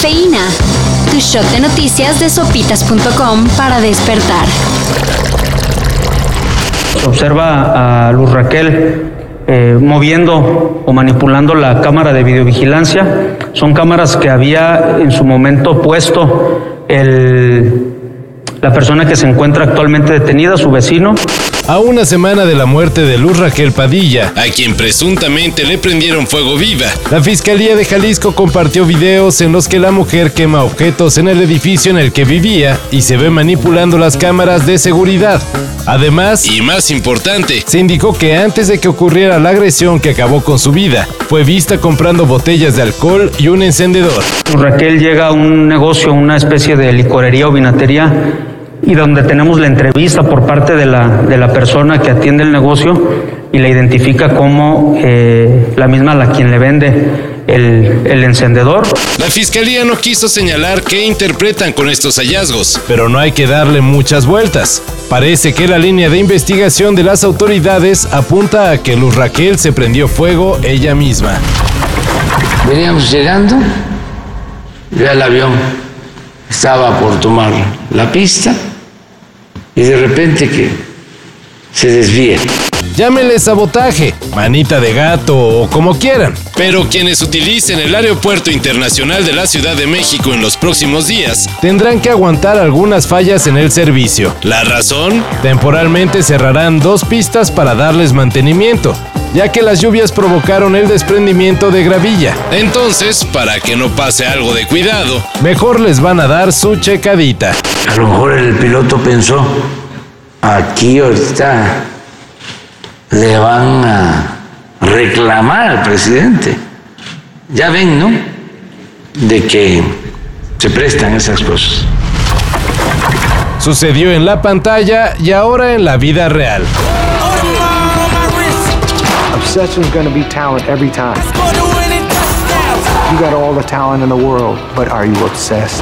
Cafeína, tu shot de noticias de sopitas.com para despertar. Observa a Luz Raquel moviendo o manipulando la cámara de videovigilancia. Son cámaras que había en su momento puesto la persona que se encuentra actualmente detenida, su vecino. A una semana de la muerte de Luz Raquel Padilla, a quien presuntamente le prendieron fuego viva, la Fiscalía de Jalisco compartió videos en los que la mujer quema objetos en el edificio en el que vivía y se ve manipulando las cámaras de seguridad. Además, y más importante, se indicó que antes de que ocurriera la agresión que acabó con su vida, fue vista comprando botellas de alcohol y un encendedor. Raquel llega a un negocio, una especie de licorería o vinatería, y donde tenemos la entrevista por parte de la persona que atiende el negocio y la identifica como la misma a la quien le vende el encendedor. La fiscalía no quiso señalar qué interpretan con estos hallazgos, pero no hay que darle muchas vueltas. Parece que la línea de investigación de las autoridades apunta a que Luz Raquel se prendió fuego ella misma. Veníamos llegando, ya el avión estaba por tomar la pista y de repente que se desvía. Llámenle sabotaje, manita de gato o como quieran. Pero quienes utilicen el Aeropuerto Internacional de la Ciudad de México en los próximos días tendrán que aguantar algunas fallas en el servicio. ¿La razón? Temporalmente cerrarán 2 pistas para darles mantenimiento, ya que las lluvias provocaron el desprendimiento de gravilla. Entonces, para que no pase algo de cuidado, mejor les van a dar su checadita. A lo mejor el piloto pensó, aquí ahorita le van a reclamar al presidente. Ya ven, ¿no? De que se prestan esas cosas. Sucedió en la pantalla y ahora en la vida real. Obsession's gonna be talent every time. You got all the talent in the world, but are you obsessed?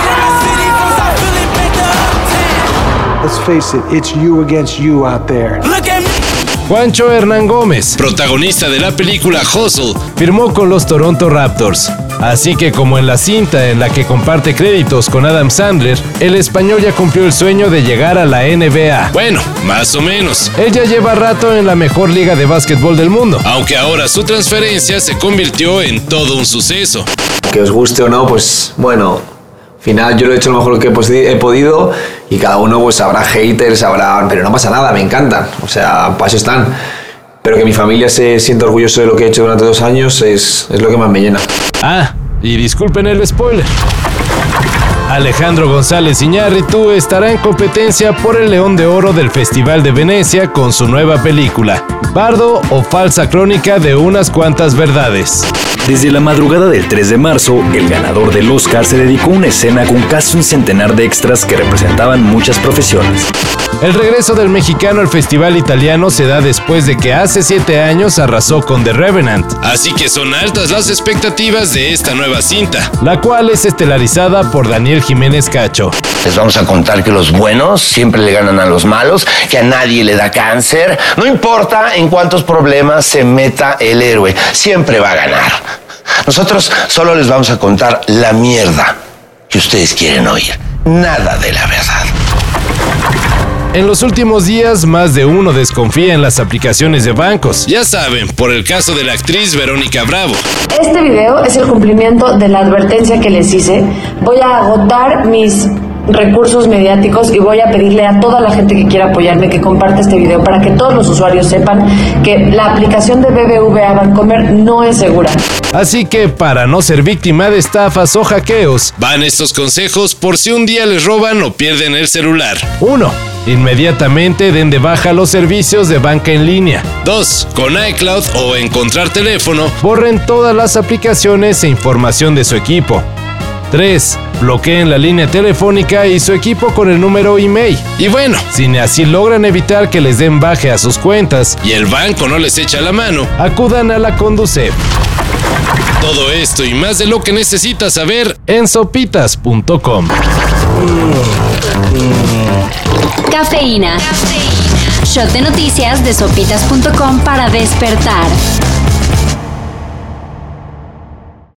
Let's face it, it's you against you out there. Juancho Hernán Gómez, protagonista de la película Hustle, firmó con los Toronto Raptors. Así que como en la cinta en la que comparte créditos con Adam Sandler, el español ya cumplió el sueño de llegar a la NBA. Bueno, más o menos. Él ya lleva rato en la mejor liga de básquetbol del mundo, aunque ahora su transferencia se convirtió en todo un suceso. Que os guste o no, pues bueno, al final yo lo he hecho lo mejor que he podido y cada uno pues habrá haters, pero no pasa nada, me encantan, o sea, para eso están. Pero que mi familia se sienta orgulloso de lo que he hecho durante 2 años es lo que más me llena. Ah, y disculpen el spoiler. Alejandro González Iñárritu estará en competencia por el León de Oro del Festival de Venecia con su nueva película, Bardo o falsa crónica de unas cuantas verdades. Desde la madrugada del 3 de marzo, el ganador del Oscar se dedicó a una escena con casi un centenar de extras que representaban muchas profesiones. El regreso del mexicano al festival italiano se da después de que hace 7 años arrasó con The Revenant. Así que son altas las expectativas de esta nueva cinta, la cual es estelarizada por Daniel Jiménez Cacho. Les vamos a contar que los buenos siempre le ganan a los malos, que a nadie le da cáncer. No importa en cuántos problemas se meta el héroe, siempre va a ganar. Nosotros solo les vamos a contar la mierda que ustedes quieren oír, nada de la verdad. En los últimos días, más de uno desconfía en las aplicaciones de bancos. Ya saben, por el caso de la actriz Verónica Bravo. Este video es el cumplimiento de la advertencia que les hice. Voy a agotar mis recursos mediáticos y voy a pedirle a toda la gente que quiera apoyarme que comparte este video para que todos los usuarios sepan que la aplicación de BBVA Bancomer no es segura. Así que para no ser víctima de estafas o hackeos, van estos consejos por si un día les roban o pierden el celular. 1. Inmediatamente den de baja los servicios de banca en línea. 2. Con iCloud o Encontrar Teléfono, borren todas las aplicaciones e información de su equipo. 3. Bloqueen la línea telefónica y su equipo con el número email. Y bueno, si así logran evitar que les den baje a sus cuentas y el banco no les echa la mano, acudan a la Conducef. Todo esto y más de lo que necesitas saber en sopitas.com. Cafeína. Shot de noticias de sopitas.com para despertar.